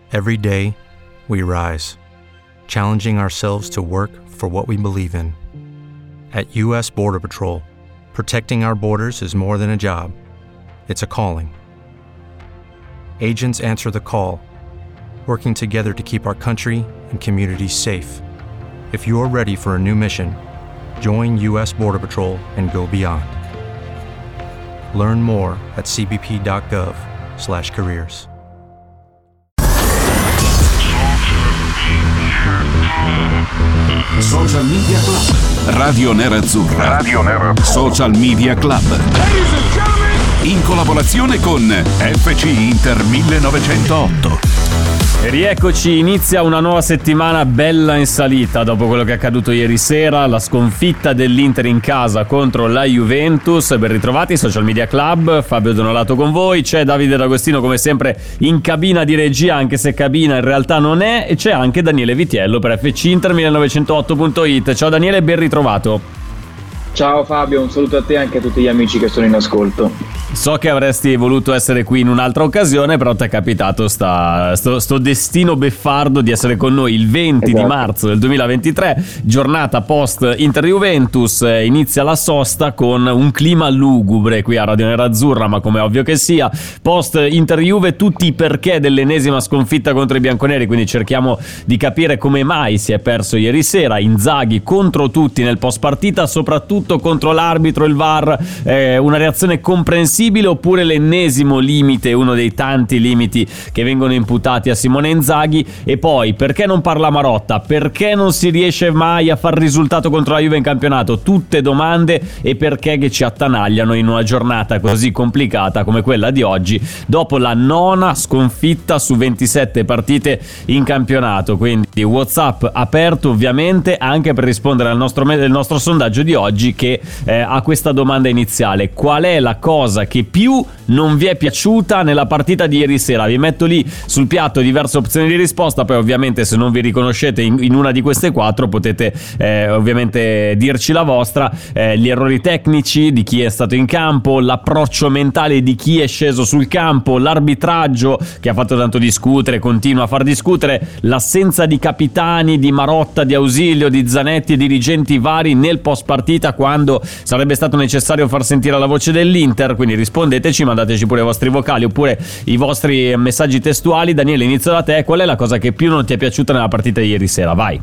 Every day, we rise, challenging ourselves to work for what we believe in. At U.S. Border Patrol, protecting our borders is more than a job. It's a calling. Agents answer the call, working together to keep our country and communities safe. If you're ready for a new mission, join U.S. Border Patrol and go beyond. Learn more at cbp.gov/careers. Social Media Club. Radio Nerazzurra. Social Media Club. In collaborazione con FC Inter 1908. E rieccoci, inizia una nuova settimana bella in salita dopo quello che è accaduto ieri sera, la sconfitta dell'Inter in casa contro la Juventus. Ben ritrovati, Social Media Club, Fabio Donolato con voi, c'è Davide D'Agostino come sempre in cabina di regia, anche se cabina in realtà non è, e c'è anche Daniele Vitiello per FC Inter 1908.it. Ciao Daniele, ben ritrovato. Ciao Fabio, un saluto a te e anche a tutti gli amici che sono in ascolto. So che avresti voluto essere qui in un'altra occasione, però ti è capitato sto destino beffardo di essere con noi il 20 di marzo del 2023, giornata post Inter-Juventus. Inizia la sosta con un clima lugubre qui a Radio Nerazzurra, ma come ovvio che sia, post Inter-Juve tutti i perché dell'ennesima sconfitta contro i bianconeri, quindi cerchiamo di capire come mai si è perso ieri sera. Inzaghi contro tutti nel post partita, soprattutto contro l'arbitro, il VAR, una reazione comprensibile oppure l'ennesimo limite, uno dei tanti limiti che vengono imputati a Simone Inzaghi? E poi perché non parla Marotta, perché non si riesce mai a far risultato contro la Juve in campionato? Tutte domande, e perché che ci attanagliano in una giornata così complicata come quella di oggi, dopo la 9ª sconfitta su 27 partite in campionato. Quindi WhatsApp aperto ovviamente anche per rispondere al nostro sondaggio di oggi, che ha questa domanda iniziale: qual è la cosa che più non vi è piaciuta nella partita di ieri sera? Vi metto lì sul piatto diverse opzioni di risposta, poi ovviamente se non vi riconoscete in una di queste 4 potete ovviamente dirci la vostra. Gli errori tecnici di chi è stato in campo, l'approccio mentale di chi è sceso sul campo, l'arbitraggio che ha fatto tanto discutere, continua a far discutere, l'assenza di capitani, di Marotta, di Ausilio, di Zanetti e dirigenti vari nel post partita, quando sarebbe stato necessario far sentire la voce dell'Inter. Quindi rispondeteci, mandateci pure i vostri vocali oppure i vostri messaggi testuali. Daniele, inizio da te. Qual è la cosa che più non ti è piaciuta nella partita di ieri sera? Vai.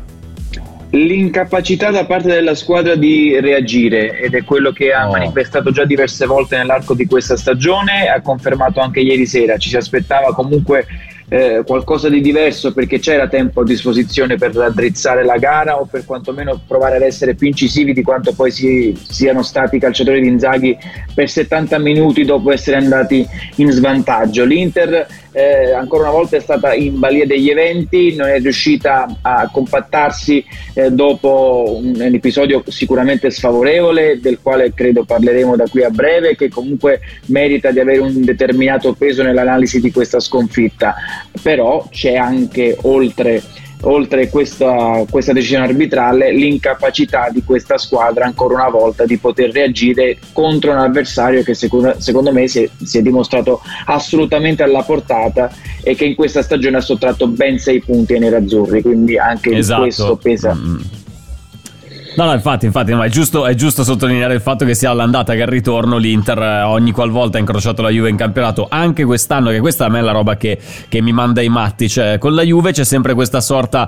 L'incapacità da parte della squadra di reagire, ed è quello che ha manifestato già diverse volte nell'arco di questa stagione, ha confermato anche ieri sera. Ci si aspettava comunque qualcosa di diverso, perché c'era tempo a disposizione per raddrizzare la gara o per quantomeno provare ad essere più incisivi di quanto poi siano stati i calciatori di Inzaghi per 70 minuti dopo essere andati in svantaggio. L'Inter ancora una volta è stata in balia degli eventi, non è riuscita a compattarsi dopo un episodio sicuramente sfavorevole, del quale credo parleremo da qui a breve, che comunque merita di avere un determinato peso nell'analisi di questa sconfitta. Però c'è anche, oltre questa decisione arbitrale, l'incapacità di questa squadra ancora una volta di poter reagire contro un avversario che secondo me si è dimostrato assolutamente alla portata e che in questa stagione ha sottratto ben 6 punti ai nerazzurri, quindi anche questo pesa. No, infatti no, è giusto sottolineare il fatto che sia all'andata che al ritorno l'Inter ogni qualvolta ha incrociato la Juve in campionato, anche quest'anno, che questa a me è la roba che mi manda i matti. Cioè, con la Juve c'è sempre questa sorta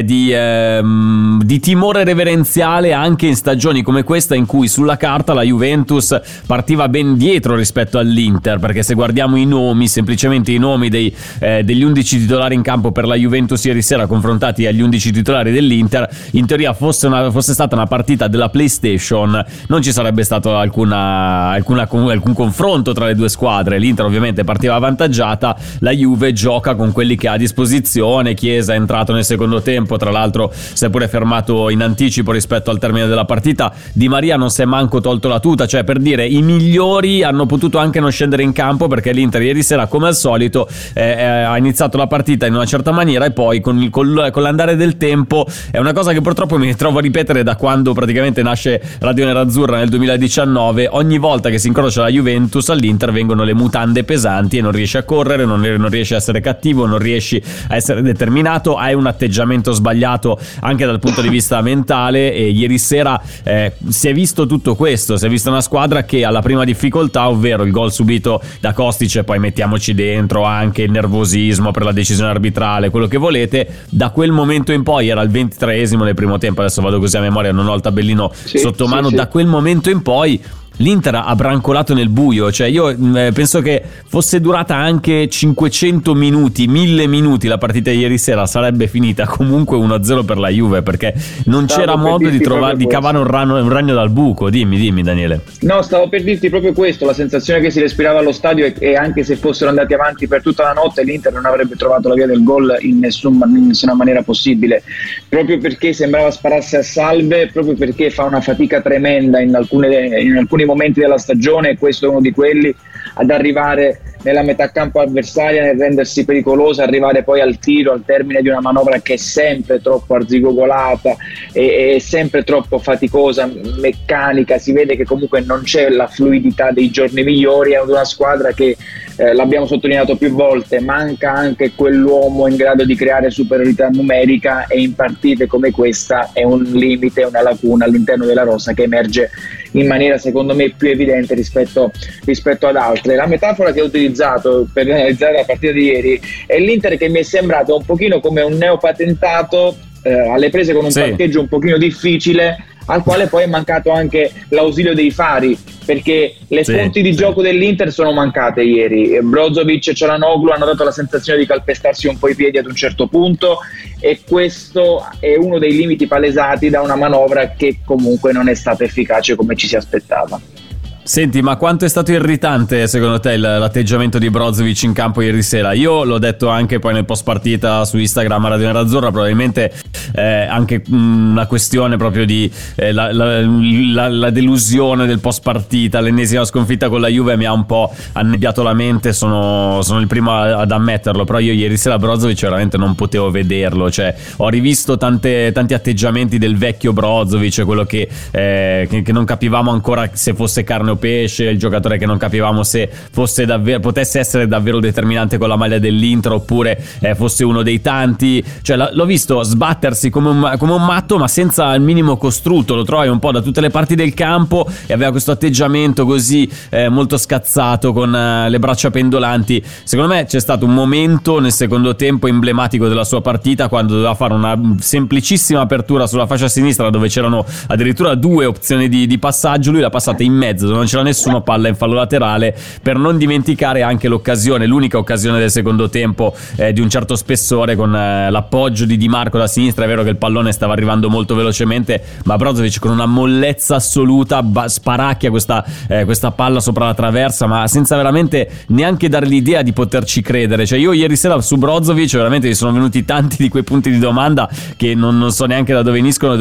di timore reverenziale anche in stagioni come questa, in cui sulla carta la Juventus partiva ben dietro rispetto all'Inter, perché se guardiamo i nomi, semplicemente i nomi degli 11 titolari in campo per la Juventus ieri sera confrontati agli 11 titolari dell'Inter, in teoria fosse stata una partita della PlayStation, non ci sarebbe stato alcun confronto tra le due squadre. L'Inter ovviamente partiva avvantaggiata, la Juve gioca con quelli che ha a disposizione. Chiesa è entrato nel secondo tempo, tra l'altro si è pure fermato in anticipo rispetto al termine della partita. Di Maria non si è manco tolto la tuta, cioè, per dire, i migliori hanno potuto anche non scendere in campo, perché l'Inter ieri sera, come al solito, ha iniziato la partita in una certa maniera e poi con l'andare del tempo, è una cosa che purtroppo mi trovo a ripetere da quando praticamente nasce Radio Nerazzurra nel 2019, ogni volta che si incrocia la Juventus all'Inter vengono le mutande pesanti e non riesci a correre, non riesci a essere cattivo, non riesci a essere determinato, hai un atteggiamento sbagliato anche dal punto di vista mentale. E ieri sera si è visto tutto questo, si è vista una squadra che alla prima difficoltà, ovvero il gol subito da Kostic, e poi mettiamoci dentro anche il nervosismo per la decisione arbitrale, quello che volete, da quel momento in poi, era il 23esimo nel primo tempo, adesso vado così a memoria, non ho il tabellino sotto mano, da quel momento in poi l'Inter ha brancolato nel buio. Cioè io penso che fosse durata anche 500 minuti, 1000 minuti la partita ieri sera, sarebbe finita comunque 1-0 per la Juve, perché non c'era modo di cavare un ragno dal buco. Dimmi Daniele. No, stavo per dirti proprio questo, la sensazione che si respirava allo stadio, e anche se fossero andati avanti per tutta la notte l'Inter non avrebbe trovato la via del gol in nessuna maniera possibile, proprio perché sembrava spararsi a salve, proprio perché fa una fatica tremenda in alcuni momenti della stagione, e questo è uno di quelli, ad arrivare nella metà campo avversaria, nel rendersi pericolosa, arrivare poi al tiro al termine di una manovra che è sempre troppo arzigogolata e sempre troppo faticosa, meccanica. Si vede che comunque non c'è la fluidità dei giorni migliori. È una squadra che, l'abbiamo sottolineato più volte, manca anche quell'uomo in grado di creare superiorità numerica, e in partite come questa è un limite, una lacuna all'interno della rosa che emerge in maniera secondo me più evidente rispetto ad altre. La metafora che ho utilizzato per analizzare la partita di ieri è l'Inter che mi è sembrato un pochino come un neopatentato alle prese con un parcheggio un pochino difficile, al quale poi è mancato anche l'ausilio dei fari, perché le fonti di gioco dell'Inter sono mancate ieri. Brozovic e Çalhanoğlu hanno dato la sensazione di calpestarsi un po' i piedi ad un certo punto, e questo è uno dei limiti palesati da una manovra che comunque non è stata efficace come ci si aspettava. Senti, ma quanto è stato irritante secondo te l'atteggiamento di Brozovic in campo ieri sera? Io l'ho detto anche poi nel post partita su Instagram a Radio Nerazzurra, probabilmente anche una questione proprio di la delusione del post partita, l'ennesima sconfitta con la Juve mi ha un po' annebbiato la mente, sono il primo ad ammetterlo, però io ieri sera Brozovic veramente non potevo vederlo. Cioè ho rivisto tanti atteggiamenti del vecchio Brozovic, quello che non capivamo ancora se fosse carne o pesce, il giocatore che non capivamo se fosse potesse essere davvero determinante con la maglia dell'Inter, oppure fosse uno dei tanti. Cioè l'ho visto sbattersi come un matto, ma senza il minimo costrutto. Lo trovi un po' da tutte le parti del campo e aveva questo atteggiamento così molto scazzato, con le braccia pendolanti. Secondo me c'è stato un momento nel secondo tempo emblematico della sua partita, quando doveva fare una semplicissima apertura sulla fascia sinistra, dove c'erano addirittura 2 opzioni di passaggio. Lui l'ha passata in mezzo, non c'era nessuno, palla in fallo laterale, per non dimenticare anche l'unica occasione del secondo tempo di un certo spessore, con l'appoggio di Di Marco da sinistra. È vero che il pallone stava arrivando molto velocemente, ma Brozovic con una mollezza assoluta sparacchia questa palla sopra la traversa, ma senza veramente neanche dare l'idea di poterci credere. Cioè io ieri sera su Brozovic veramente mi sono venuti tanti di quei punti di domanda che non so neanche da dove iniziano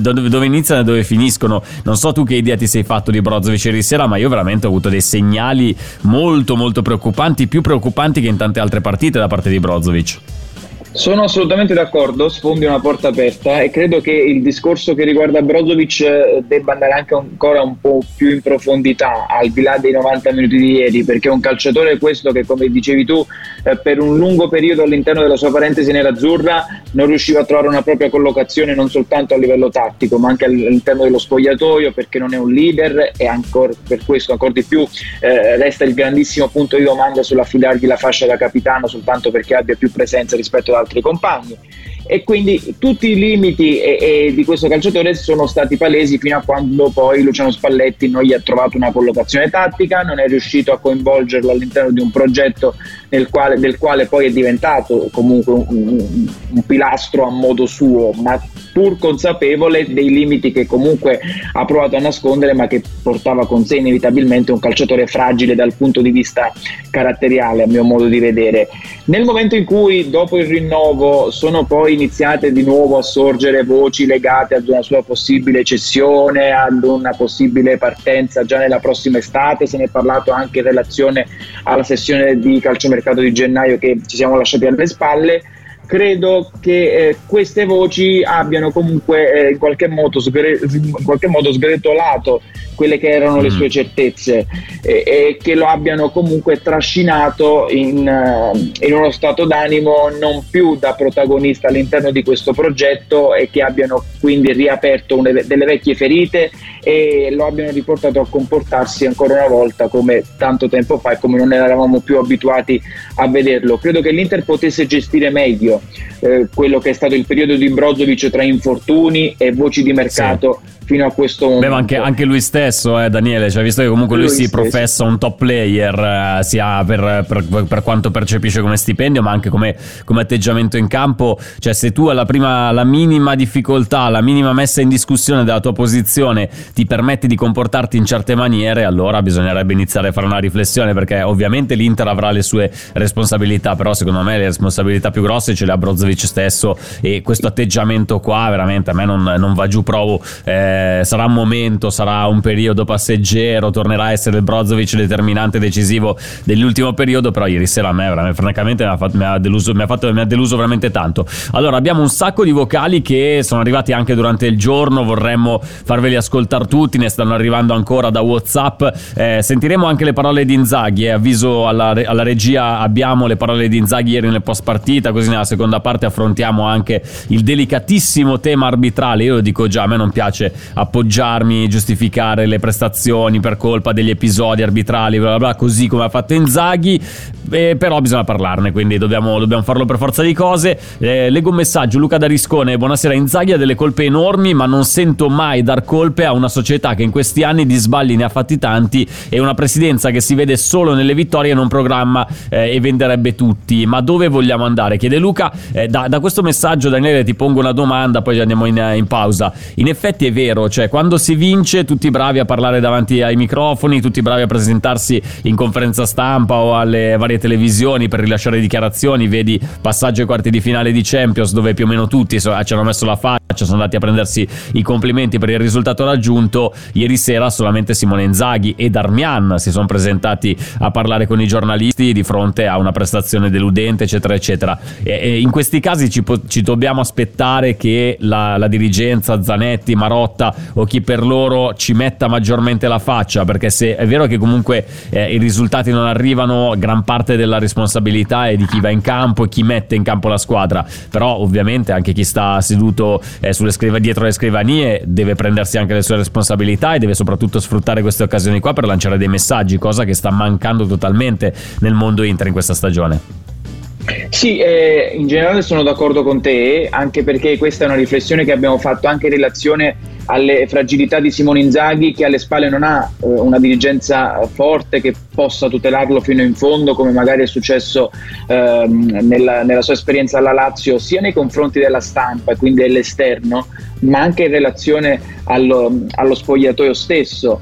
e dove finiscono. Non so tu che idea ti sei fatto di Brozovic ieri sera, ma io veramente ho avuto dei segnali molto molto preoccupanti, più preoccupanti che in tante altre partite da parte di Brozovic. Sono assolutamente d'accordo, sfondi una porta aperta, e credo che il discorso che riguarda Brozovic debba andare anche ancora un po' più in profondità, al di là dei 90 minuti di ieri, perché è un calciatore questo che, come dicevi tu, per un lungo periodo all'interno della sua parentesi nerazzurra non riusciva a trovare una propria collocazione, non soltanto a livello tattico ma anche all'interno dello spogliatoio, perché non è un leader, e ancora per questo ancora di più resta il grandissimo punto di domanda sull'affidargli la fascia da capitano soltanto perché abbia più presenza rispetto ad altri compagni. E quindi tutti i limiti di questo calciatore sono stati palesi fino a quando poi Luciano Spalletti non gli ha trovato una collocazione tattica, non è riuscito a coinvolgerlo all'interno di un progetto del quale poi è diventato comunque un pilastro a modo suo, ma pur consapevole dei limiti che comunque ha provato a nascondere, ma che portava con sé inevitabilmente un calciatore fragile dal punto di vista caratteriale, a mio modo di vedere. Nel momento in cui dopo il rinnovo sono poi iniziate di nuovo a sorgere voci legate ad una sua possibile cessione, ad una possibile partenza già nella prossima estate, se ne è parlato anche in relazione alla sessione di calciomercato di gennaio che ci siamo lasciati alle spalle, credo che queste voci abbiano comunque in qualche modo sgretolato quelle che erano le sue certezze e che lo abbiano comunque trascinato in uno stato d'animo non più da protagonista all'interno di questo progetto, e che abbiano quindi riaperto delle vecchie ferite e lo abbiano riportato a comportarsi ancora una volta come tanto tempo fa e come non eravamo più abituati a vederlo. Credo che l'Inter potesse gestire meglio quello che è stato il periodo di Brozovic tra infortuni e voci di mercato fino a questo momento. Beh, ma anche lui stesso, Daniele, cioè, visto che comunque lui si professa un top player, sia per quanto percepisce come stipendio, ma anche come atteggiamento in campo, cioè se tu alla minima difficoltà, alla minima messa in discussione della tua posizione ti permetti di comportarti in certe maniere, allora bisognerebbe iniziare a fare una riflessione, perché ovviamente l'Inter avrà le sue responsabilità, però secondo me le responsabilità più grosse ce le ha Brozovic stesso, e questo atteggiamento qua veramente a me non va giù. Provo sarà un momento, sarà un periodo passeggero, tornerà a essere il Brozovic determinante, decisivo dell'ultimo periodo, però ieri sera a me veramente, francamente mi ha deluso veramente tanto. Allora, abbiamo un sacco di vocali che sono arrivati anche durante il giorno, vorremmo farveli ascoltare tutti, ne stanno arrivando ancora da WhatsApp. Sentiremo anche le parole di Inzaghi, avviso alla regia, abbiamo le parole di Inzaghi ieri nel post partita, così nella seconda parte affrontiamo anche il delicatissimo tema arbitrale. Io lo dico già, a me non piace appoggiarmi, giustificare le prestazioni per colpa degli episodi arbitrali, bla bla bla, così come ha fatto Inzaghi, però bisogna parlarne, quindi dobbiamo farlo per forza di cose. Leggo un messaggio, Luca da Riscone: buonasera, Inzaghi ha delle colpe enormi, ma non sento mai dar colpe a una società che in questi anni di sbagli ne ha fatti tanti, e una presidenza che si vede solo nelle vittorie e non programma e venderebbe tutti. Ma dove vogliamo andare? Chiede Luca. Da questo messaggio, Daniele, ti pongo una domanda, poi andiamo in pausa. In effetti è vero, cioè quando si vince tutti bravi a parlare davanti ai microfoni, tutti bravi a presentarsi in conferenza stampa o alle varie televisioni per rilasciare dichiarazioni. Vedi passaggio ai quarti di finale di Champions, dove più o meno tutti ci hanno messo la faccia, sono andati a prendersi i complimenti per il risultato raggiunto. Ieri sera solamente Simone Inzaghi e Darmian si sono presentati a parlare con i giornalisti di fronte a una prestazione deludente, eccetera eccetera. E in questi casi ci dobbiamo aspettare che la dirigenza, Zanetti, Marotta o chi per loro ci metta maggiormente la faccia, perché se è vero che comunque i risultati non arrivano, gran parte della responsabilità è di chi va in campo e chi mette in campo la squadra, però ovviamente anche chi sta seduto dietro le scrivanie deve prendersi anche le sue responsabilità e deve soprattutto sfruttare queste occasioni qua per lanciare dei messaggi, cosa che sta mancando totalmente nel mondo Inter in questa stagione. Sì, in generale sono d'accordo con te, anche perché questa è una riflessione che abbiamo fatto anche in relazione alle fragilità di Simone Inzaghi, che alle spalle non ha una dirigenza forte che possa tutelarlo fino in fondo, come magari è successo nella sua esperienza alla Lazio, sia nei confronti della stampa e quindi dell'esterno, ma anche in relazione allo spogliatoio stesso.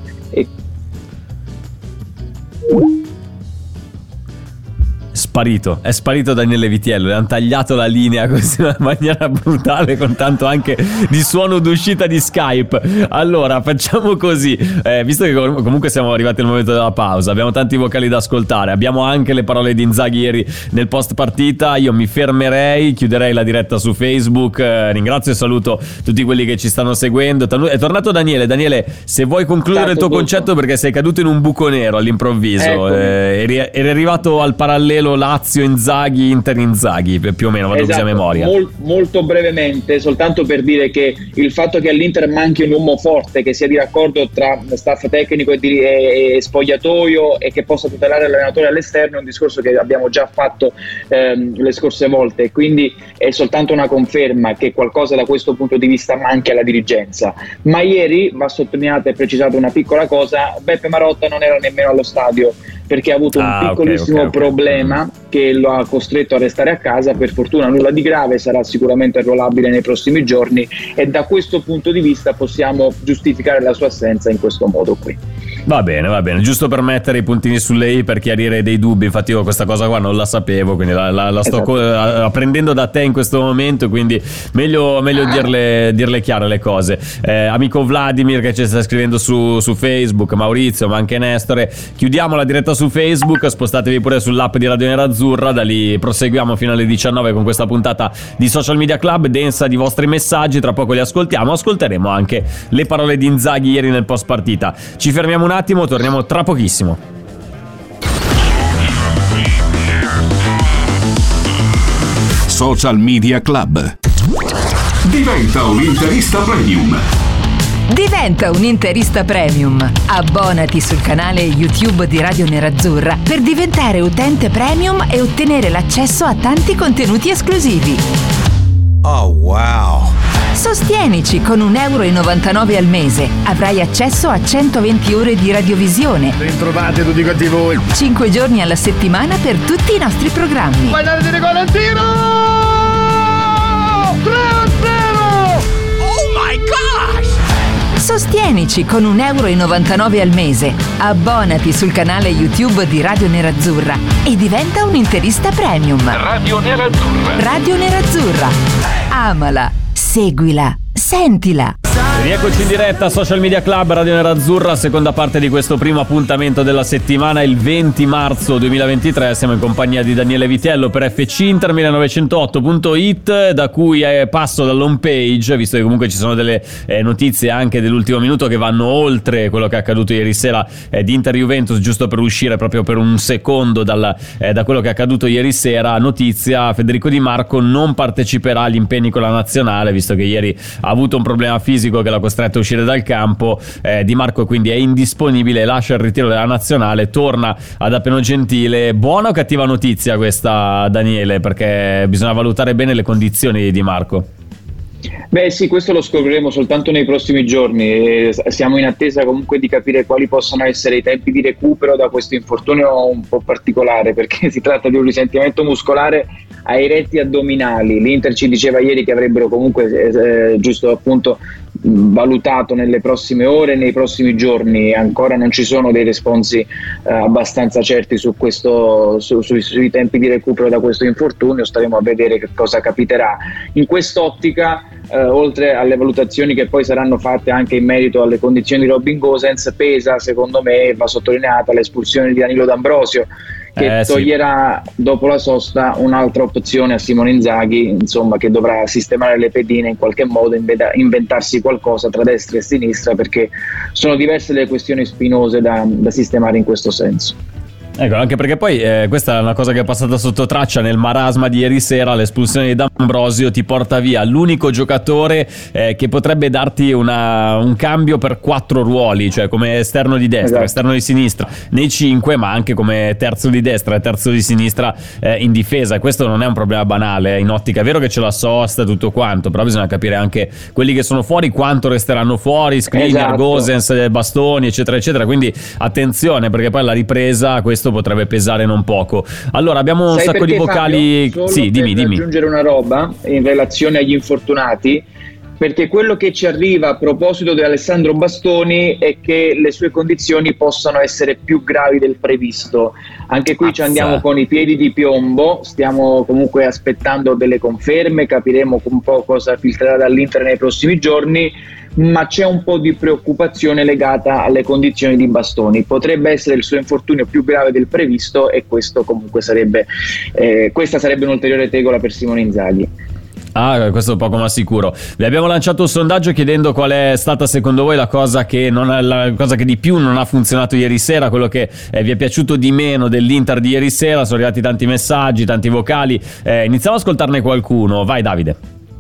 È sparito Daniele Vitiello, le hanno tagliato la linea così in una maniera brutale, con tanto anche di suono d'uscita di Skype. Allora facciamo così, visto che comunque siamo arrivati al momento della pausa, abbiamo tanti vocali da ascoltare, abbiamo anche le parole di Inzaghi ieri nel post partita. Io mi fermerei, chiuderei la diretta su Facebook, ringrazio e saluto tutti quelli che ci stanno seguendo. È tornato Daniele, se vuoi concludere il tuo concetto, perché sei caduto in un buco nero all'improvviso. Eri arrivato al parallelo Lazio Inzaghi, Inter Inzaghi, più o meno, vado così a memoria. Molto brevemente, soltanto per dire che il fatto che all'Inter manchi un uomo forte che sia di raccordo tra staff tecnico e spogliatoio e che possa tutelare l'allenatore all'esterno è un discorso che abbiamo già fatto le scorse volte, quindi è soltanto una conferma che qualcosa da questo punto di vista manca alla dirigenza. Ma ieri va sottolineata e precisata una piccola cosa: Beppe Marotta non era nemmeno allo stadio, perché ha avuto un piccolissimo problema che lo ha costretto a restare a casa. Per fortuna nulla di grave, sarà sicuramente arruolabile nei prossimi giorni, e da questo punto di vista possiamo giustificare la sua assenza in questo modo qui. Va bene, giusto per mettere i puntini sulle i, per chiarire dei dubbi. Infatti io questa cosa qua non la sapevo, quindi la sto apprendendo da te in questo momento, quindi meglio dirle chiare le cose. Amico Vladimir che ci sta scrivendo su Facebook, Maurizio, ma anche Nestore, chiudiamo la diretta su Facebook, spostatevi pure sull'app di Radio Nerazzurra, da lì proseguiamo fino alle 19 con questa puntata di Social Media Club densa di vostri messaggi. Tra poco li ascolteremo anche le parole di Inzaghi ieri nel post partita. Ci fermiamo un attimo, torniamo tra pochissimo. Social Media Club. Diventa un interista premium. Diventa un interista premium. Abbonati sul canale YouTube di Radio Nerazzurra per diventare utente premium e ottenere l'accesso a tanti contenuti esclusivi. Oh wow! Sostienici con €1,99 al mese. Avrai accesso a 120 ore di radiovisione. Bentrovati tutti quanti voi. 5 giorni alla settimana per tutti i nostri programmi. Guardate di Valentino! 3-0! Oh my gosh! Sostienici con €1,99 al mese. Abbonati sul canale YouTube di Radio Nerazzurra e diventa un interista premium. Radio Nerazzurra. Radio Nerazzurra. Amala, seguila, sentila. Rieccoci in diretta Social Media Club, Radio Nerazzurra, seconda parte di questo primo appuntamento della settimana, il 20 marzo 2023. Siamo in compagnia di Daniele Vitiello per fcinter1908.it, da cui passo dall'home page, visto che comunque ci sono delle notizie anche dell'ultimo minuto che vanno oltre quello che è accaduto ieri sera di Inter-Juventus, giusto per uscire proprio per un secondo da quello che è accaduto ieri sera. Notizia: Federico Di Marco non parteciperà agli impegni con la nazionale, visto che ieri ha avuto un problema fisico che l'ha costretto a uscire dal campo. Di Marco quindi è indisponibile, lascia il ritiro della nazionale, torna ad Appeno Gentile. Buona o cattiva notizia questa, Daniele? Perché bisogna valutare bene le condizioni di Di Marco. Beh sì, questo lo scopriremo soltanto nei prossimi giorni. Siamo in attesa comunque di capire quali possono essere i tempi di recupero da questo infortunio un po' particolare, perché si tratta di un risentimento muscolare ai retti addominali. L'Inter ci diceva ieri che avrebbero comunque giusto appunto valutato nelle prossime ore, nei prossimi giorni. Ancora non ci sono dei responsi abbastanza certi su questo, sui tempi di recupero da questo infortunio. Staremo a vedere che cosa capiterà. In quest'ottica, oltre alle valutazioni che poi saranno fatte anche in merito alle condizioni di Robin Gosens, pesa, secondo me, va sottolineata l'espulsione di Danilo D'Ambrosio, che toglierà dopo la sosta un'altra opzione a Simone Inzaghi, insomma, che dovrà sistemare le pedine in qualche modo, inventarsi qualcosa tra destra e sinistra, perché sono diverse le questioni spinose da sistemare in questo senso. Ecco, anche perché poi questa è una cosa che è passata sotto traccia nel marasma di ieri sera. L'espulsione di D'Ambrosio ti porta via l'unico giocatore che potrebbe darti un cambio per 4 ruoli, cioè come esterno di destra, esatto, esterno di sinistra nei 5, ma anche come terzo di destra e terzo di sinistra in difesa. E questo non è un problema banale in ottica. È vero che c'è la sosta e tutto quanto, però bisogna capire anche quelli che sono fuori quanto resteranno fuori, Skriniar, esatto, Gosens, Bastoni, eccetera eccetera. Quindi attenzione, perché poi alla ripresa questo potrebbe pesare non poco. Allora abbiamo un sacco di vocali. Fabio, sì, dimmi. Aggiungere una roba in relazione agli infortunati, perché quello che ci arriva a proposito di Alessandro Bastoni è che le sue condizioni possano essere più gravi del previsto. Anche qui ci andiamo con i piedi di piombo, stiamo comunque aspettando delle conferme, capiremo un po' cosa filtrerà dall'Inter nei prossimi giorni, ma c'è un po' di preoccupazione legata alle condizioni di Bastoni. Potrebbe essere il suo infortunio più grave del previsto, e questo comunque questa sarebbe un'ulteriore tegola per Simone Inzaghi. Questo è poco ma sicuro. Vi abbiamo lanciato un sondaggio chiedendo qual è stata secondo voi la cosa che di più non ha funzionato ieri sera, quello che vi è piaciuto di meno dell'Inter di ieri sera. Sono arrivati tanti messaggi, tanti vocali. Iniziamo ad ascoltarne qualcuno. Vai Davide.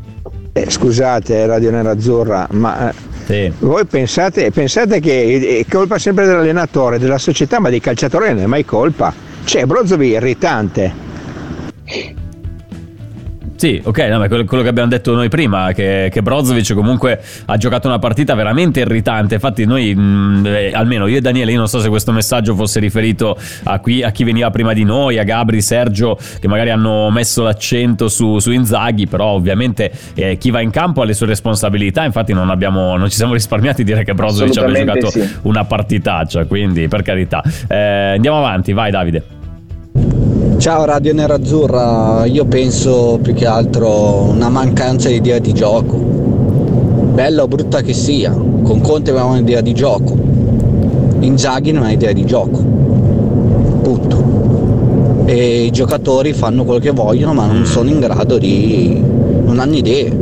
Scusate Radio Nerazzurra, ma sì, voi pensate che è colpa sempre dell'allenatore, della società, ma dei calciatori non è mai colpa. Brozovic è irritante. Sì, ok, no, ma quello che abbiamo detto noi prima, che Brozovic comunque ha giocato una partita veramente irritante. Infatti noi, almeno io e Daniele, io non so se questo messaggio fosse riferito a chi veniva prima di noi, a Gabri, Sergio, che magari hanno messo l'accento su Inzaghi, però ovviamente chi va in campo ha le sue responsabilità. Infatti non ci siamo risparmiati di dire che Brozovic abbia giocato una partitaccia, quindi per carità. Andiamo avanti, vai Davide. Ciao Radio Nerazzurra, io penso più che altro una mancanza di idea di gioco, bella o brutta che sia. Con Conte avevamo un'idea di gioco, Inzaghi non ha idea di gioco, punto. E i giocatori fanno quello che vogliono ma non sono in grado non hanno idee.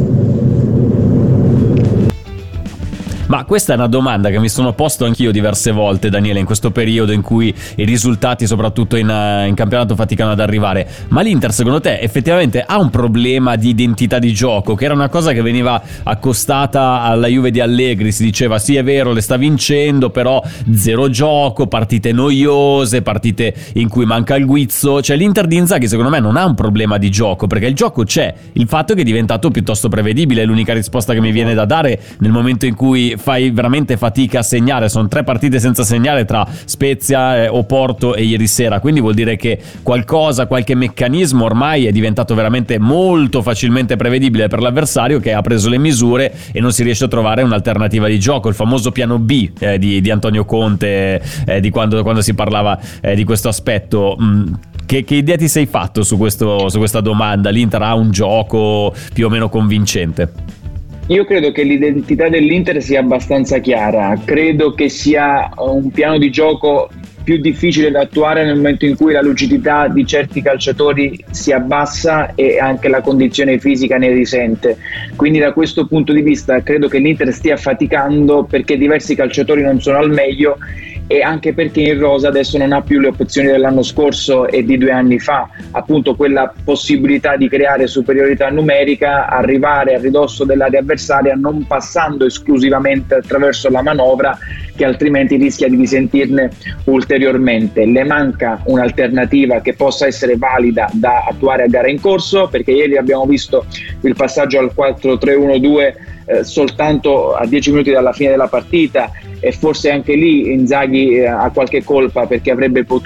Ma questa è una domanda che mi sono posto anch'io diverse volte, Daniele, in questo periodo in cui i risultati, soprattutto in campionato, faticano ad arrivare. Ma l'Inter, secondo te, effettivamente ha un problema di identità di gioco? Che era una cosa che veniva accostata alla Juve di Allegri. Si diceva, sì è vero, le sta vincendo, però zero gioco, partite noiose, partite in cui manca il guizzo. Cioè l'Inter di Inzaghi, secondo me, non ha un problema di gioco, perché il gioco c'è. Il fatto è che è diventato piuttosto prevedibile. È l'unica risposta che mi viene da dare nel momento in cui fai veramente fatica a segnare. Sono 3 partite senza segnare tra Spezia, Oporto e ieri sera, quindi vuol dire che qualche meccanismo ormai è diventato veramente molto facilmente prevedibile per l'avversario, che ha preso le misure e non si riesce a trovare un'alternativa di gioco. Il famoso piano B di Antonio Conte, di quando si parlava di questo aspetto. Che idea ti sei fatto su questa domanda? L'Inter ha un gioco più o meno convincente? Io credo che l'identità dell'Inter sia abbastanza chiara, credo che sia un piano di gioco più difficile da attuare nel momento in cui la lucidità di certi calciatori si abbassa e anche la condizione fisica ne risente. Quindi da questo punto di vista credo che l'Inter stia faticando perché diversi calciatori non sono al meglio e anche perché in rosa adesso non ha più le opzioni dell'anno scorso e di 2 anni fa, appunto quella possibilità di creare superiorità numerica, arrivare a ridosso dell'area avversaria non passando esclusivamente attraverso la manovra, che altrimenti rischia di risentirne ulteriormente. Le manca un'alternativa che possa essere valida da attuare a gara in corso, perché ieri abbiamo visto il passaggio al 4-3-1-2 soltanto a 10 minuti dalla fine della partita, e forse anche lì Inzaghi ha qualche colpa, perché avrebbe potuto.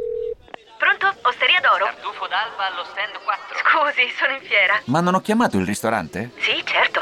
Pronto? Osteria d'Oro? Tartufo d'Alba allo stand 4. Scusi, sono in fiera. Ma non ho chiamato il ristorante? Sì, certo.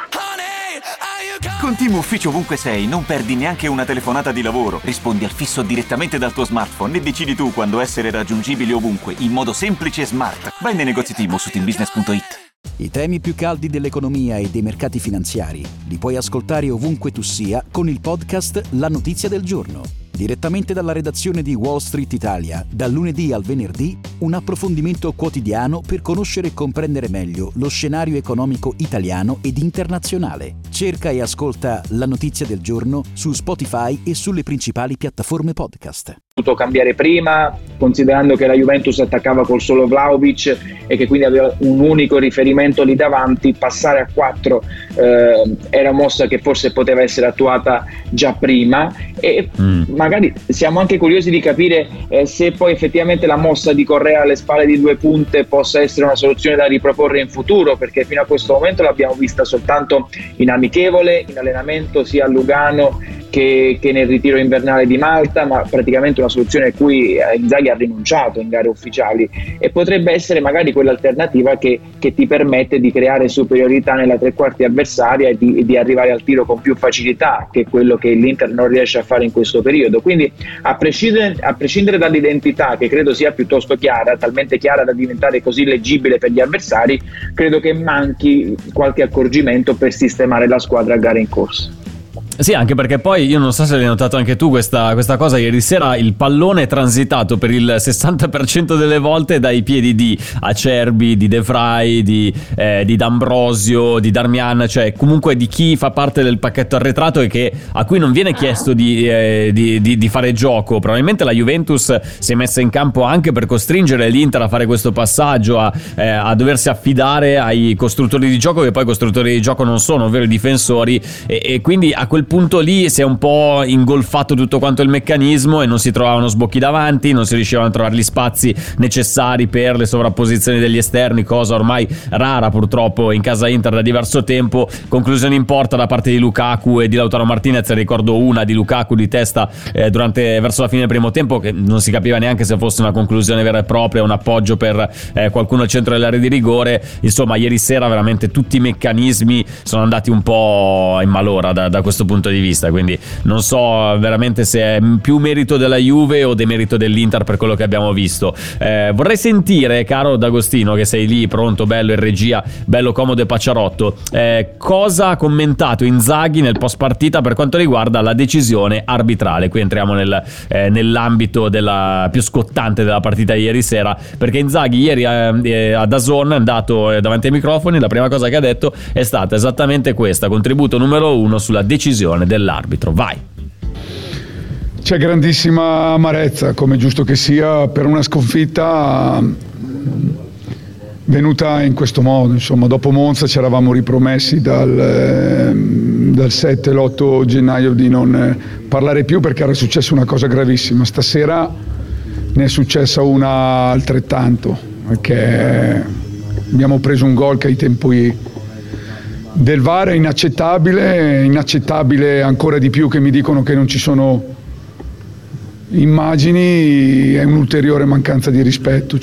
Con Team Ufficio ovunque sei, non perdi neanche una telefonata di lavoro. Rispondi al fisso direttamente dal tuo smartphone e decidi tu quando essere raggiungibile ovunque, in modo semplice e smart. Vai nei negozi Team o su teambusiness.it. I temi più caldi dell'economia e dei mercati finanziari li puoi ascoltare ovunque tu sia con il podcast La Notizia del Giorno. Direttamente dalla redazione di Wall Street Italia, dal lunedì al venerdì, un approfondimento quotidiano per conoscere e comprendere meglio lo scenario economico italiano ed internazionale. Cerca e ascolta La Notizia del Giorno su Spotify e sulle principali piattaforme podcast. Potuto cambiare prima, considerando che la Juventus attaccava col solo Vlahovic e che quindi aveva un unico riferimento lì davanti, passare a 4 era mossa che forse poteva essere attuata già prima, e magari siamo anche curiosi di capire se poi effettivamente la mossa di Correa alle spalle di 2 punte possa essere una soluzione da riproporre in futuro, perché fino a questo momento l'abbiamo vista soltanto in amichevole, in allenamento sia a Lugano che nel ritiro invernale di Malta, ma praticamente una soluzione a cui Inzaghi ha rinunciato in gare ufficiali, e potrebbe essere magari quell'alternativa che ti permette di creare superiorità nella tre quarti avversaria e di arrivare al tiro con più facilità, che è quello che l'Inter non riesce a fare in questo periodo. Quindi a prescindere dall'identità, che credo sia piuttosto chiara, talmente chiara da diventare così leggibile per gli avversari, credo che manchi qualche accorgimento per sistemare la squadra a gare in corso. Sì, anche perché poi io non so se l'hai notato anche tu questa cosa, ieri sera il pallone è transitato per il 60% delle volte dai piedi di Acerbi, di De Vrij, di D'Ambrosio, di Darmian, cioè comunque di chi fa parte del pacchetto arretrato e a cui non viene chiesto di fare gioco. Probabilmente la Juventus si è messa in campo anche per costringere l'Inter a fare questo passaggio, a doversi affidare ai costruttori di gioco, che poi costruttori di gioco non sono, ovvero i difensori, e quindi a quel quel punto lì si è un po' ingolfato tutto quanto il meccanismo e non si trovavano sbocchi davanti, non si riuscivano a trovare gli spazi necessari per le sovrapposizioni degli esterni, cosa ormai rara purtroppo in casa Inter da diverso tempo. Conclusione in porta da parte di Lukaku e di Lautaro Martinez, ricordo una di Lukaku di testa verso la fine del primo tempo, che non si capiva neanche se fosse una conclusione vera e propria, un appoggio per qualcuno al centro dell'area di rigore. Insomma, ieri sera veramente tutti i meccanismi sono andati un po' in malora da questo punto di vista, quindi non so veramente se è più merito della Juve o demerito dell'Inter per quello che abbiamo visto. Vorrei sentire, caro D'Agostino, che sei lì pronto, bello in regia, bello comodo e pacciarotto, cosa ha commentato Inzaghi nel post partita per quanto riguarda la decisione arbitrale. Qui entriamo nell'ambito della più scottante della partita di ieri sera, perché Inzaghi ieri a DAZN è andato davanti ai microfoni, la prima cosa che ha detto è stata esattamente questa: contributo numero 1 sulla decisione dell'arbitro. Vai. C'è grandissima amarezza, come giusto che sia, per una sconfitta venuta in questo modo. Insomma, dopo Monza ci eravamo ripromessi dal 7 l'8 gennaio di non parlare più, perché era successa una cosa gravissima. Stasera ne è successa una altrettanto, perché abbiamo preso un gol che ai tempi del VAR è inaccettabile ancora di più che mi dicono che non ci sono immagini, è un'ulteriore mancanza di rispetto.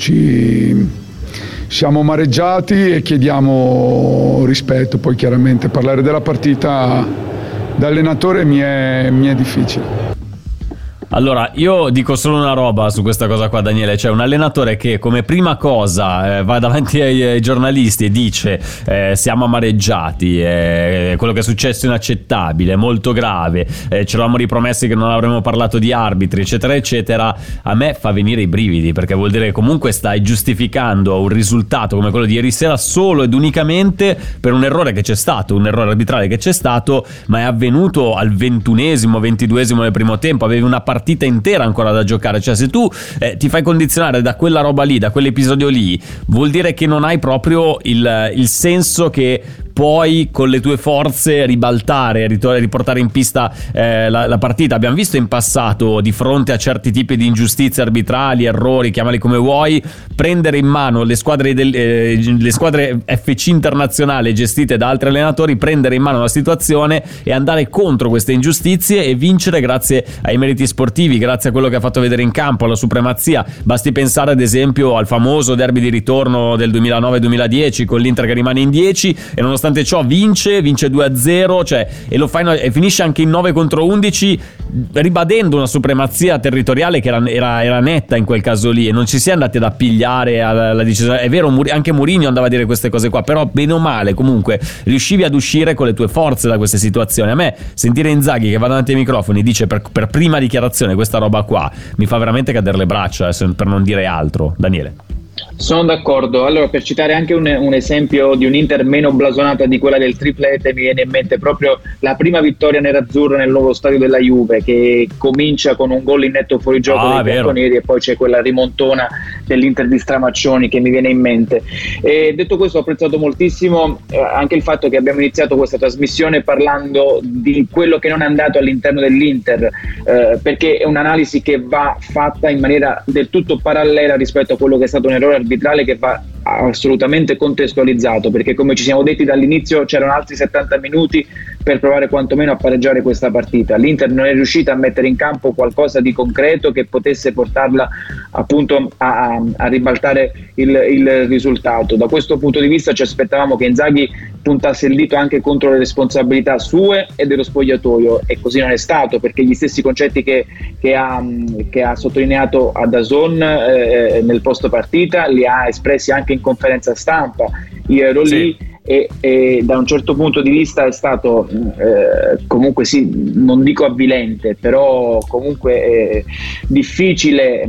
Siamo amareggiati e chiediamo rispetto. Poi chiaramente parlare della partita da allenatore mi è difficile. Allora, io dico solo una roba su questa cosa qua, Daniele. C'è un allenatore che come prima cosa va davanti ai giornalisti e dice siamo amareggiati, quello che è successo è inaccettabile, molto grave, ci eravamo ripromessi che non avremmo parlato di arbitri, eccetera eccetera. A me fa venire i brividi, perché vuol dire che comunque stai giustificando un risultato come quello di ieri sera solo ed unicamente per un errore che c'è stato, un errore arbitrale che c'è stato, ma è avvenuto al 21esimo, 22esimo del primo tempo. Avevi una partita intera ancora da giocare, cioè se tu ti fai condizionare da quella roba lì, da quell'episodio lì, vuol dire che non hai proprio il senso che puoi con le tue forze ribaltare, riportare in pista la partita. Abbiamo visto in passato, di fronte a certi tipi di ingiustizie arbitrali, errori, chiamali come vuoi, prendere in mano le squadre FC internazionali gestite da altri allenatori, prendere in mano la situazione e andare contro queste ingiustizie e vincere grazie ai meriti sportivi, grazie a quello che ha fatto vedere in campo, alla supremazia. Basti pensare ad esempio al famoso derby di ritorno del 2009-2010 con l'Inter che rimane in 10 e nonostante ciò vince 2-0, cioè, e lo fa e finisce anche in 9 contro 11, ribadendo una supremazia territoriale che era netta in quel caso lì, e non ci si è andati ad appigliare alla decisione. È vero, anche Mourinho andava a dire queste cose qua, però bene o male comunque riuscivi ad uscire con le tue forze da queste situazioni. A me sentire Inzaghi che va davanti ai microfoni e dice per prima dichiarazione questa roba qua mi fa veramente cadere le braccia, per non dire altro. Daniele. Sono d'accordo. Allora, per citare anche un esempio di un'Inter meno blasonata di quella del triplete, mi viene in mente proprio la prima vittoria nerazzurra nel nuovo stadio della Juve, che comincia con un gol in netto fuorigioco dei bianconeri e poi c'è quella rimontona dell'Inter di Stramaccioni che mi viene in mente. E detto questo, ho apprezzato moltissimo anche il fatto che abbiamo iniziato questa trasmissione parlando di quello che non è andato all'interno dell'Inter, perché è un'analisi che va fatta in maniera del tutto parallela rispetto a quello che è stato un errore arbitrale che va assolutamente contestualizzato, perché come ci siamo detti dall'inizio c'erano altri 70 minuti per provare quantomeno a pareggiare questa partita. L'Inter non è riuscita a mettere in campo qualcosa di concreto che potesse portarla appunto a ribaltare il risultato. Da questo punto di vista ci aspettavamo che Inzaghi puntasse il dito anche contro le responsabilità sue e dello spogliatoio, e così non è stato, perché gli stessi concetti che ha sottolineato a DAZN nel post partita li ha espressi anche in conferenza stampa. Io ero lì e da un certo punto di vista è stato comunque sì, non dico avvilente, però comunque difficile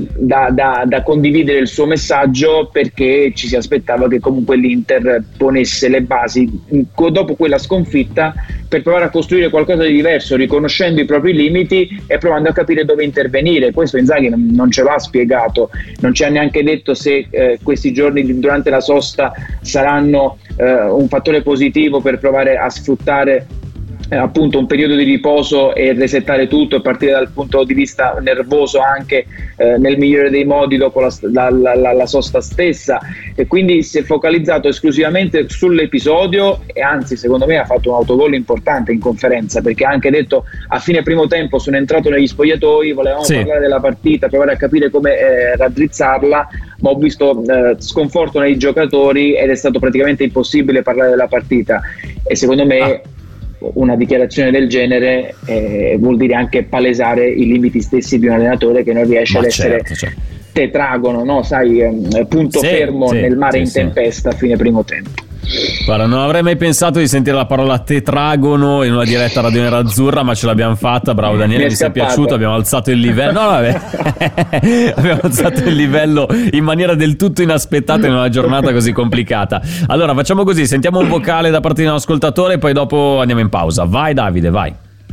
da condividere il suo messaggio, perché ci si aspettava che comunque l'Inter ponesse le basi dopo quella sconfitta per provare a costruire qualcosa di diverso, riconoscendo i propri limiti e provando a capire dove intervenire. Questo Inzaghi non ce l'ha spiegato, non ci ha neanche detto se questi giorni durante la sosta saranno un fattore positivo per provare a sfruttare appunto un periodo di riposo e resettare tutto e partire dal punto di vista nervoso anche nel migliore dei modi dopo la sosta stessa, e quindi si è focalizzato esclusivamente sull'episodio, e anzi secondo me ha fatto un autogol importante in conferenza, perché ha anche detto a fine primo tempo sono entrato negli spogliatoi, volevamo parlare della partita, provare a capire come raddrizzarla, ma ho visto sconforto nei giocatori ed è stato praticamente impossibile parlare della partita, e secondo me una dichiarazione del genere vuol dire anche palesare i limiti stessi di un allenatore che non riesce ad essere tetragono, no? Sai, punto fermo nel mare in tempesta a fine primo tempo. Guarda, non avrei mai pensato di sentire la parola tetragono in una diretta Radio Nerazzurra, ma ce l'abbiamo fatta. Bravo Daniele, mi sia piaciuto, abbiamo alzato il livello. No, vabbè. Abbiamo alzato il livello in maniera del tutto inaspettata in una giornata così complicata. Allora facciamo così, sentiamo un vocale da parte di un ascoltatore e poi dopo andiamo in pausa. Vai Davide, vai.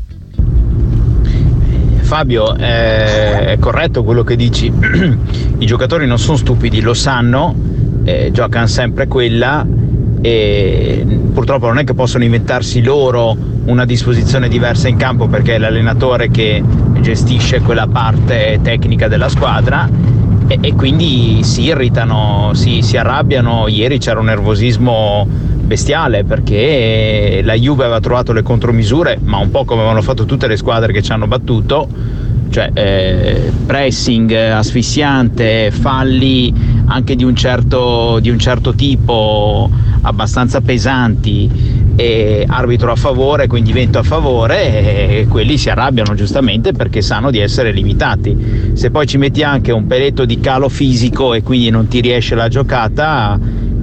Fabio, è corretto quello che dici. I giocatori non sono stupidi, lo sanno, giocano sempre quella, e purtroppo non è che possono inventarsi loro una disposizione diversa in campo, perché è l'allenatore che gestisce quella parte tecnica della squadra, e quindi si irritano, si arrabbiano. Ieri c'era un nervosismo bestiale perché la Juve aveva trovato le contromisure, ma un po' come avevano fatto tutte le squadre che ci hanno battuto, cioè pressing asfissiante, falli anche di un certo tipo abbastanza pesanti, e arbitro a favore, quindi vento a favore, e quelli si arrabbiano giustamente perché sanno di essere limitati. Se poi ci metti anche un peletto di calo fisico e quindi non ti riesce la giocata,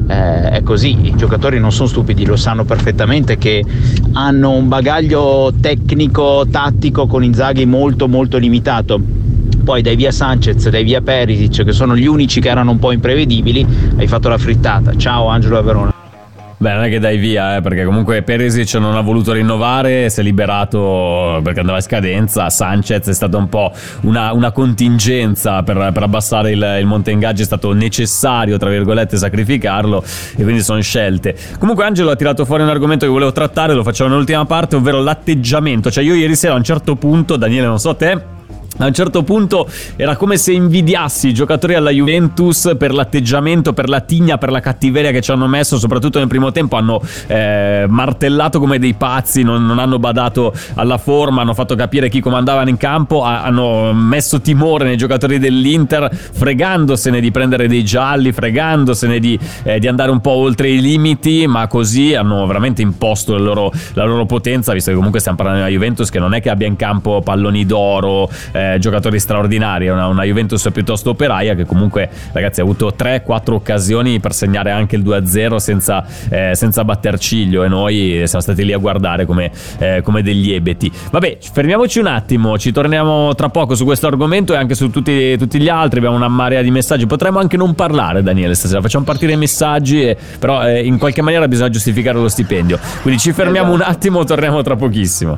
è così. I giocatori non sono stupidi, lo sanno perfettamente che hanno un bagaglio tecnico tattico con Inzaghi molto molto limitato. Poi dai via Sanchez, dai via Perisic, che sono gli unici che erano un po' imprevedibili, hai fatto la frittata. Ciao Angelo da Verona. Beh, non è che dai via, perché comunque Perisic non ha voluto rinnovare, si è liberato perché andava a scadenza. Sanchez è stata un po' una contingenza per abbassare il monte ingaggi, è stato necessario, tra virgolette, sacrificarlo, e quindi sono scelte. Comunque Angelo ha tirato fuori un argomento che volevo trattare, lo facciamo nell'ultima parte, ovvero l'atteggiamento. Cioè io ieri sera a un certo punto, Daniele non so te, a un certo punto era come se invidiassi i giocatori alla Juventus per l'atteggiamento, per la tigna, per la cattiveria che ci hanno messo, soprattutto nel primo tempo. Hanno martellato come dei pazzi, non hanno badato alla forma, hanno fatto capire chi comandavano in campo, hanno messo timore nei giocatori dell'Inter, fregandosene di prendere dei gialli, fregandosene di andare un po' oltre i limiti, ma così hanno veramente imposto la loro potenza, visto che comunque stiamo parlando di una Juventus che non è che abbia in campo palloni d'oro, giocatori straordinari, è una Juventus piuttosto operaia, che comunque, ragazzi, ha avuto 3-4 occasioni per segnare anche il 2-0 senza batter ciglio, e noi siamo stati lì a guardare come degli ebeti. Vabbè, fermiamoci un attimo, ci torniamo tra poco su questo argomento e anche su tutti gli altri. Abbiamo una marea di messaggi, potremmo anche non parlare, Daniele, stasera facciamo partire i messaggi, però in qualche maniera bisogna giustificare lo stipendio, quindi ci fermiamo un attimo, torniamo tra pochissimo.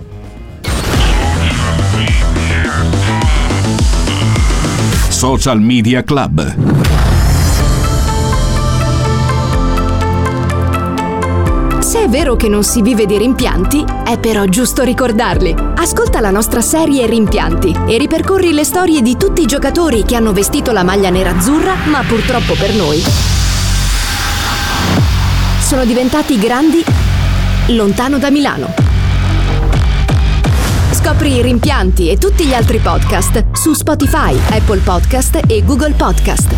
Social Media Club. Se è vero che non si vive di rimpianti, è però giusto ricordarli. Ascolta la nostra serie Rimpianti e ripercorri le storie di tutti i giocatori che hanno vestito la maglia nerazzurra, ma purtroppo per noi sono diventati grandi lontano da Milano. Scopri i Rimpianti e tutti gli altri podcast su Spotify, Apple Podcast e Google Podcast.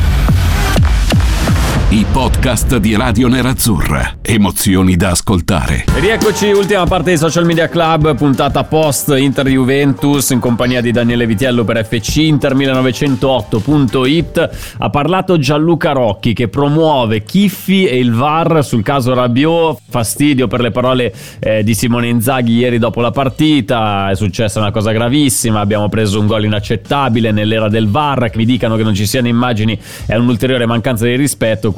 I podcast di Radio Nerazzurra. Emozioni da ascoltare. Rieccoci, ultima parte di Social Media Club, puntata post Inter Juventus, in compagnia di Daniele Vitiello per FC Inter1908.it. Ha parlato Gianluca Rocchi, che promuove Chiffi e il VAR sul caso Rabiot. Fastidio per le parole di Simone Inzaghi ieri dopo la partita. È successa una cosa gravissima, abbiamo preso un gol inaccettabile nell'era del VAR. Che mi dicano che non ci siano immagini è un'ulteriore mancanza di rispetto.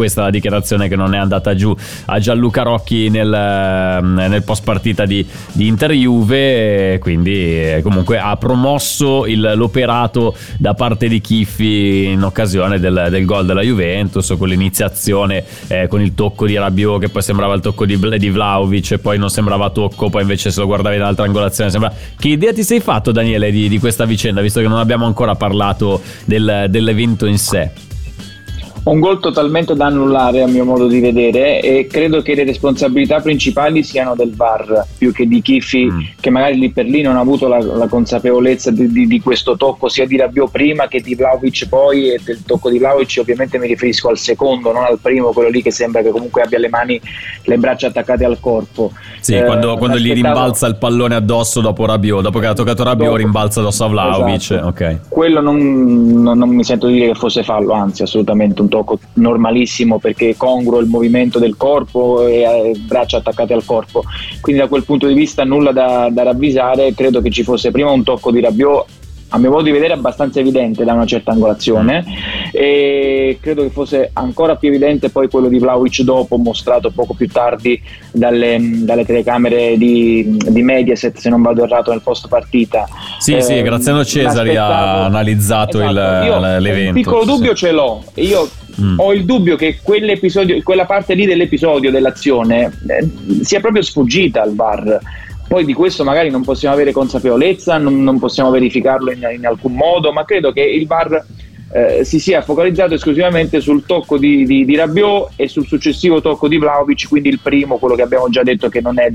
questa la dichiarazione che non è andata giù a Gianluca Rocchi nel post partita di Inter-Juve, quindi comunque ha promosso l'operato da parte di Chiffi in occasione del gol della Juventus, con l'iniziazione con il tocco di Rabiot che poi sembrava il tocco di Vlahovic e poi non sembrava tocco, poi invece se lo guardavi in altra angolazione Che idea ti sei fatto, Daniele, di questa vicenda, visto che non abbiamo ancora parlato dell'evento in sé? Un gol totalmente da annullare a mio modo di vedere, e credo che le responsabilità principali siano del VAR più che di Chiffi, che magari lì per lì non ha avuto la consapevolezza di questo tocco sia di Rabiot prima che di Vlahovic poi, e del tocco di Vlahovic ovviamente mi riferisco al secondo, non al primo, quello lì che sembra che comunque abbia le braccia attaccate al corpo. Sì, quando gli rimbalza il pallone addosso dopo Rabiot, dopo che ha toccato Rabiot rimbalza addosso a Vlahovic. Esatto. Okay. Quello non mi sento di dire che fosse fallo, anzi assolutamente un tocco normalissimo, perché è congruo il movimento del corpo e braccia attaccate al corpo, quindi da quel punto di vista nulla da ravvisare. Credo che ci fosse prima un tocco di Rabiot, a mio modo di vedere abbastanza evidente da una certa angolazione, e credo che fosse ancora più evidente poi quello di Vlahovic dopo, mostrato poco più tardi dalle telecamere di Mediaset, se non vado errato, nel post partita. Sì, Graziano Cesari ha analizzato l'evento. Un piccolo dubbio ce l'ho, io ho il dubbio che quella parte lì dell'episodio, dell'azione, sia proprio sfuggita al VAR. Poi di questo magari non possiamo avere consapevolezza, non possiamo verificarlo in alcun modo, ma credo che il VAR si sia focalizzato esclusivamente sul tocco di Rabiot e sul successivo tocco di Vlahovic, quindi il primo, quello che abbiamo già detto che non è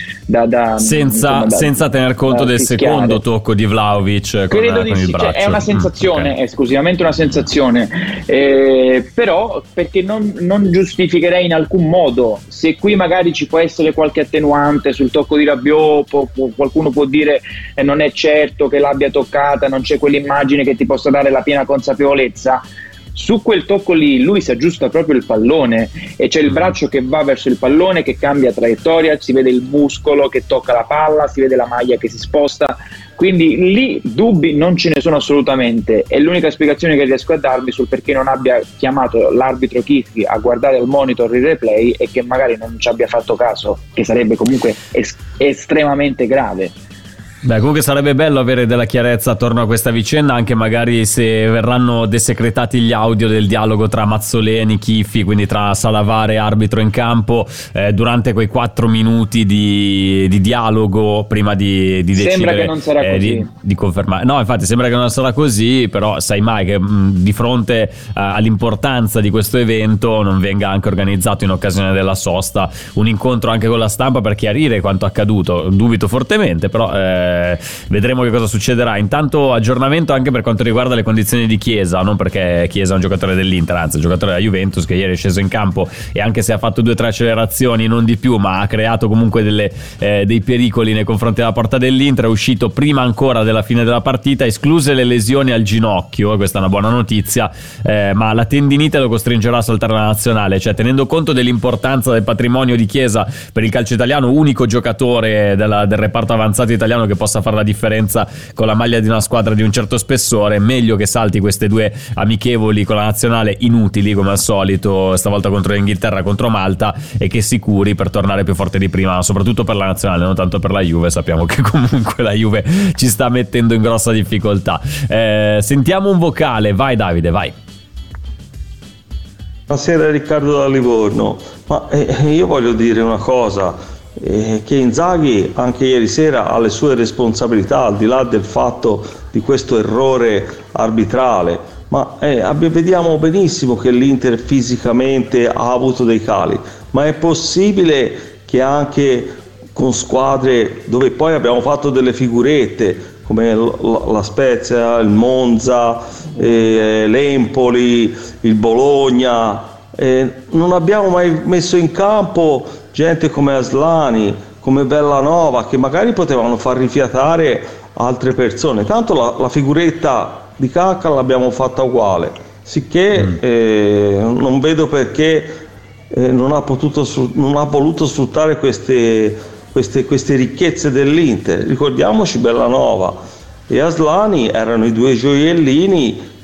senza tener conto del secondo tocco di Vlahovic con il braccio. È una sensazione, okay. È esclusivamente una sensazione, però perché non giustificherei in alcun modo. Se qui magari ci può essere qualche attenuante sul tocco di Rabiot, qualcuno può dire non è certo che l'abbia toccata, non c'è quell'immagine che ti possa dare la piena consapevolezza. Su quel tocco lì lui si aggiusta proprio il pallone e c'è il braccio che va verso il pallone, che cambia traiettoria, si vede il muscolo che tocca la palla, si vede la maglia che si sposta, quindi lì dubbi non ce ne sono assolutamente. E l'unica spiegazione che riesco a darvi sul perché non abbia chiamato l'arbitro Chiffi a guardare al monitor il replay è che magari non ci abbia fatto caso, che sarebbe comunque estremamente grave. Beh, comunque sarebbe bello avere della chiarezza attorno a questa vicenda, anche magari se verranno desecretati gli audio del dialogo tra Mazzoleni, Chiffi, quindi tra Salavare e arbitro in campo, durante quei 4 minuti di dialogo prima di decidere. Sembra che non sarà così. Di confermare. No, infatti sembra che non sarà così, però sai mai che di fronte all'importanza di questo evento non venga anche organizzato in occasione della sosta un incontro anche con la stampa per chiarire quanto accaduto. Dubito fortemente, però vedremo che cosa succederà. Intanto aggiornamento anche per quanto riguarda le condizioni di Chiesa, non perché Chiesa è un giocatore dell'Inter, anzi è un giocatore della Juventus che ieri è sceso in campo e anche se ha fatto 2 o 3 accelerazioni, non di più, ma ha creato comunque dei pericoli nei confronti della porta dell'Inter, è uscito prima ancora della fine della partita, escluse le lesioni al ginocchio, questa è una buona notizia, ma la tendinite lo costringerà a saltare la nazionale, cioè tenendo conto dell'importanza del patrimonio di Chiesa per il calcio italiano, unico giocatore del reparto avanzato italiano che possa fare la differenza con la maglia di una squadra di un certo spessore, meglio che salti queste 2 amichevoli con la nazionale inutili come al solito, stavolta contro l'Inghilterra, contro Malta, e che si curi per tornare più forte di prima, soprattutto per la nazionale, non tanto per la Juve. Sappiamo che comunque la Juve ci sta mettendo in grossa difficoltà. Sentiamo un vocale, vai Davide, vai. Buonasera, Riccardo da Livorno. Ma io voglio dire una cosa, che Inzaghi anche ieri sera ha le sue responsabilità, al di là del fatto di questo errore arbitrale, ma vediamo benissimo che l'Inter fisicamente ha avuto dei cali, ma è possibile che anche con squadre dove poi abbiamo fatto delle figurette come la Spezia, il Monza, l'Empoli, il Bologna, non abbiamo mai messo in campo gente come Aslani, come Bellanova, che magari potevano far rifiatare altre persone. Tanto la figuretta di Cacca l'abbiamo fatta uguale, sicché non vedo perché non ha voluto sfruttare queste ricchezze dell'Inter. Ricordiamoci, Bellanova e Aslani erano i 2 gioiellini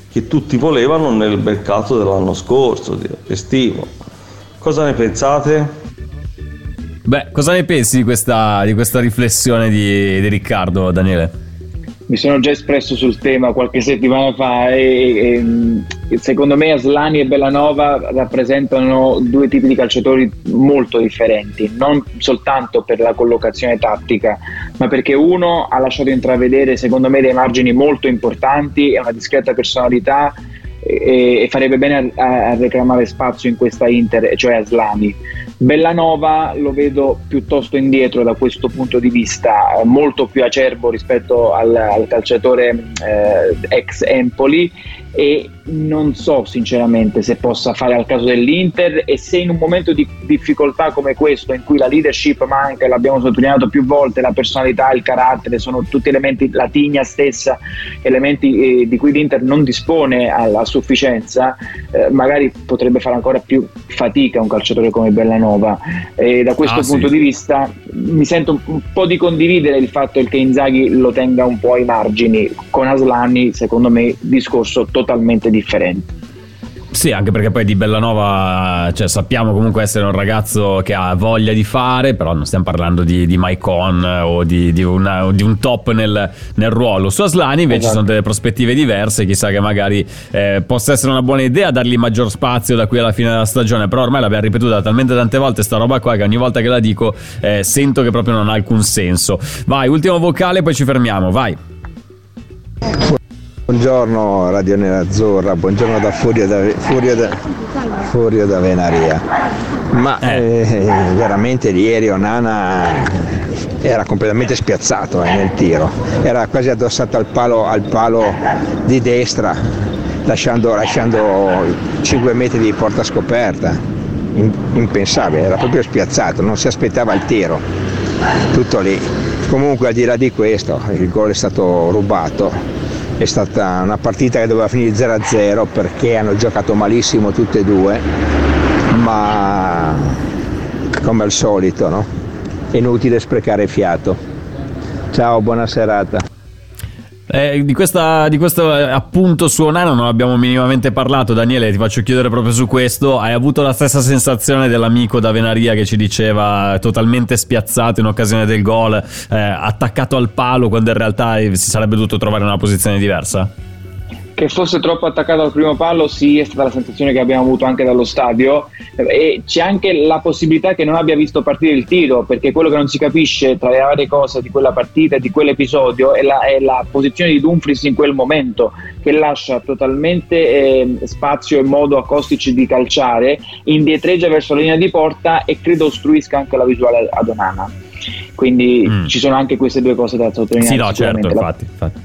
che tutti volevano nel mercato dell'anno scorso, estivo. Cosa ne pensate? Beh, cosa ne pensi di questa riflessione di Riccardo, Daniele? Mi sono già espresso sul tema qualche settimana fa e secondo me Aslani e Bellanova rappresentano due tipi di calciatori molto differenti, non soltanto per la collocazione tattica, ma perché uno ha lasciato intravedere secondo me dei margini molto importanti e una discreta personalità e farebbe bene a reclamare spazio in questa Inter, cioè Aslani. Bellanova lo vedo piuttosto indietro da questo punto di vista, molto più acerbo rispetto al calciatore ex Empoli, e non so sinceramente se possa fare al caso dell'Inter, e se in un momento di difficoltà come questo, in cui la leadership manca, l'abbiamo sottolineato più volte, la personalità, il carattere sono tutti elementi, la tigna stessa, elementi di cui l'Inter non dispone a sufficienza, magari potrebbe fare ancora più fatica un calciatore come Bellanova, e da questo punto di vista mi sento un po' di condividere il fatto che Inzaghi lo tenga un po' ai margini. Con Aslani secondo me discorso totalmente differente. Sì, anche perché poi di Bellanova, cioè, sappiamo comunque essere un ragazzo che ha voglia di fare, però non stiamo parlando di Maicon o di un top nel ruolo. Su Aslani invece ci sono delle prospettive diverse, chissà che magari possa essere una buona idea dargli maggior spazio da qui alla fine della stagione, però ormai l'abbiamo ripetuta talmente tante volte sta roba qua che ogni volta che la dico sento che proprio non ha alcun senso. Vai, ultimo vocale, poi ci fermiamo, vai. Buongiorno Radio Nerazzurra, buongiorno da Furio da Venaria. Ma veramente ieri Onana era completamente spiazzato nel tiro, era quasi addossato al palo di destra, lasciando 5 metri di porta scoperta. Impensabile, era proprio spiazzato, non si aspettava il tiro, tutto lì. Comunque al di là di questo il gol è stato rubato. È stata una partita che doveva finire 0-0 perché hanno giocato malissimo tutte e due, ma come al solito, no? È inutile sprecare fiato. Ciao, buona serata. Di questo appunto su Onana non abbiamo minimamente parlato. Daniele, ti faccio chiudere proprio su questo. Hai avuto la stessa sensazione dell'amico da Venaria che ci diceva totalmente spiazzato in occasione del gol, attaccato al palo, quando in realtà si sarebbe dovuto trovare una posizione diversa? Che fosse troppo attaccato al primo palo, sì, è stata la sensazione che abbiamo avuto anche dallo stadio, e c'è anche la possibilità che non abbia visto partire il tiro, perché quello che non si capisce tra le varie cose di quella partita e di quell'episodio è la posizione di Dumfries in quel momento, che lascia totalmente spazio e modo a Kostic di calciare, indietreggia verso la linea di porta e credo ostruisca anche la visuale ad Onana. Quindi ci sono anche queste due cose da sottolineare. Sì, no, certo, infatti.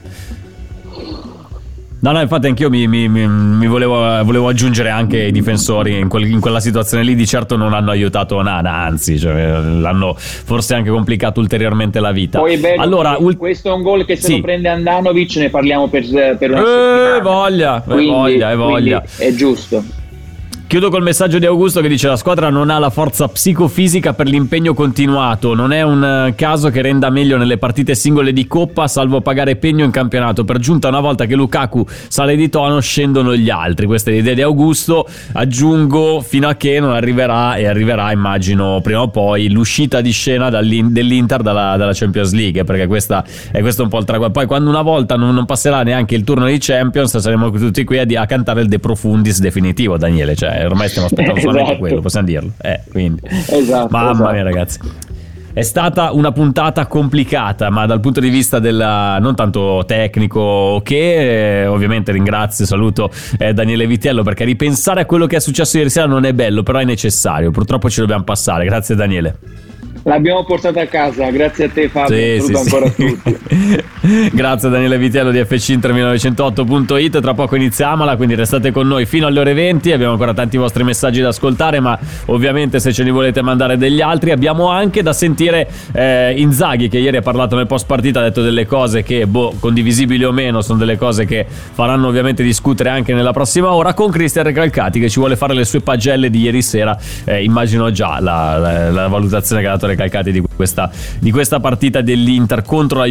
No, infatti anch'io mi volevo aggiungere anche i difensori in quella situazione lì di certo non hanno aiutato Onana, anzi, cioè, l'hanno forse anche complicato ulteriormente la vita. Poi bello, allora, questo è un gol che se lo prende Andanovic ne parliamo per una settimana. Voglia. È giusto. Chiudo col messaggio di Augusto che dice: la squadra non ha la forza psicofisica per l'impegno continuato, non è un caso che renda meglio nelle partite singole di Coppa, salvo pagare pegno in campionato. Per giunta, una volta che Lukaku sale di tono scendono gli altri. Questa è l'idea di Augusto. Aggiungo, fino a che non arriverà, e arriverà immagino prima o poi, l'uscita di scena dell'Inter dalla Champions League, perché questo è un po' il traguardo. Poi quando una volta non passerà neanche il turno di Champions, saremo tutti qui a cantare il De Profundis definitivo, Daniele, cioè ormai stiamo aspettando solamente quello, possiamo dirlo. Quindi. Mamma mia, ragazzi. È stata una puntata complicata, ma dal punto di vista non tanto tecnico, che ovviamente ringrazio e saluto Daniele Vitiello, perché ripensare a quello che è successo ieri sera non è bello, però è necessario. Purtroppo ci dobbiamo passare. Grazie Daniele. L'abbiamo portata a casa, grazie a te Fabio, saluto ancora a tutti. Grazie Daniele Vitiello di fcinter1908.it. Tra poco iniziamola, quindi restate con noi fino alle ore 20. Abbiamo ancora tanti vostri messaggi da ascoltare, ma ovviamente se ce ne volete mandare degli altri. Abbiamo anche da sentire Inzaghi, che ieri ha parlato nel post partita, ha detto delle cose che condivisibili o meno sono delle cose che faranno ovviamente discutere anche nella prossima ora, con Cristian Recalcati che ci vuole fare le sue pagelle di ieri sera. Immagino già la valutazione che ha dato Recalcati di questa partita dell'Inter contro la Juventus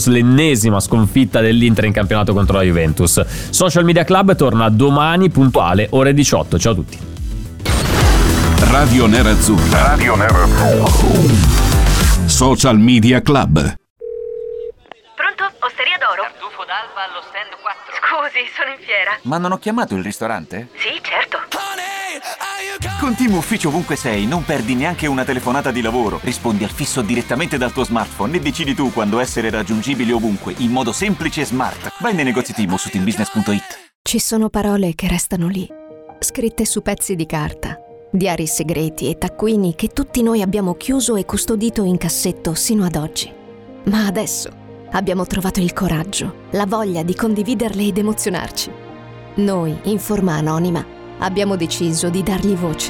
Juventus, l'ennesima sconfitta dell'Inter in campionato contro la Juventus. Social Media Club torna domani puntuale ore 18. Ciao a tutti. Radio Nerazzurra. Radio Nerazzurra. Social Media Club. Pronto? Osteria d'Oro? Tartufo d'Alba allo stand 4. Scusi, sono in fiera. Ma non ho chiamato il ristorante? Sì, certo. Con Team Ufficio ovunque sei, non perdi neanche una telefonata di lavoro. Rispondi al fisso direttamente dal tuo smartphone e decidi tu quando essere raggiungibile ovunque, in modo semplice e smart. Vai nei negozi Team o su teambusiness.it. Ci sono parole che restano lì, scritte su pezzi di carta, diari segreti e taccuini che tutti noi abbiamo chiuso e custodito in cassetto sino ad oggi. Ma adesso abbiamo trovato il coraggio, la voglia di condividerle ed emozionarci. Noi, in forma anonima, abbiamo deciso di dargli voce.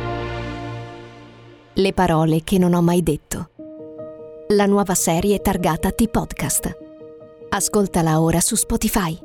Le parole che non ho mai detto. La nuova serie targata T-Podcast. Ascoltala ora su Spotify.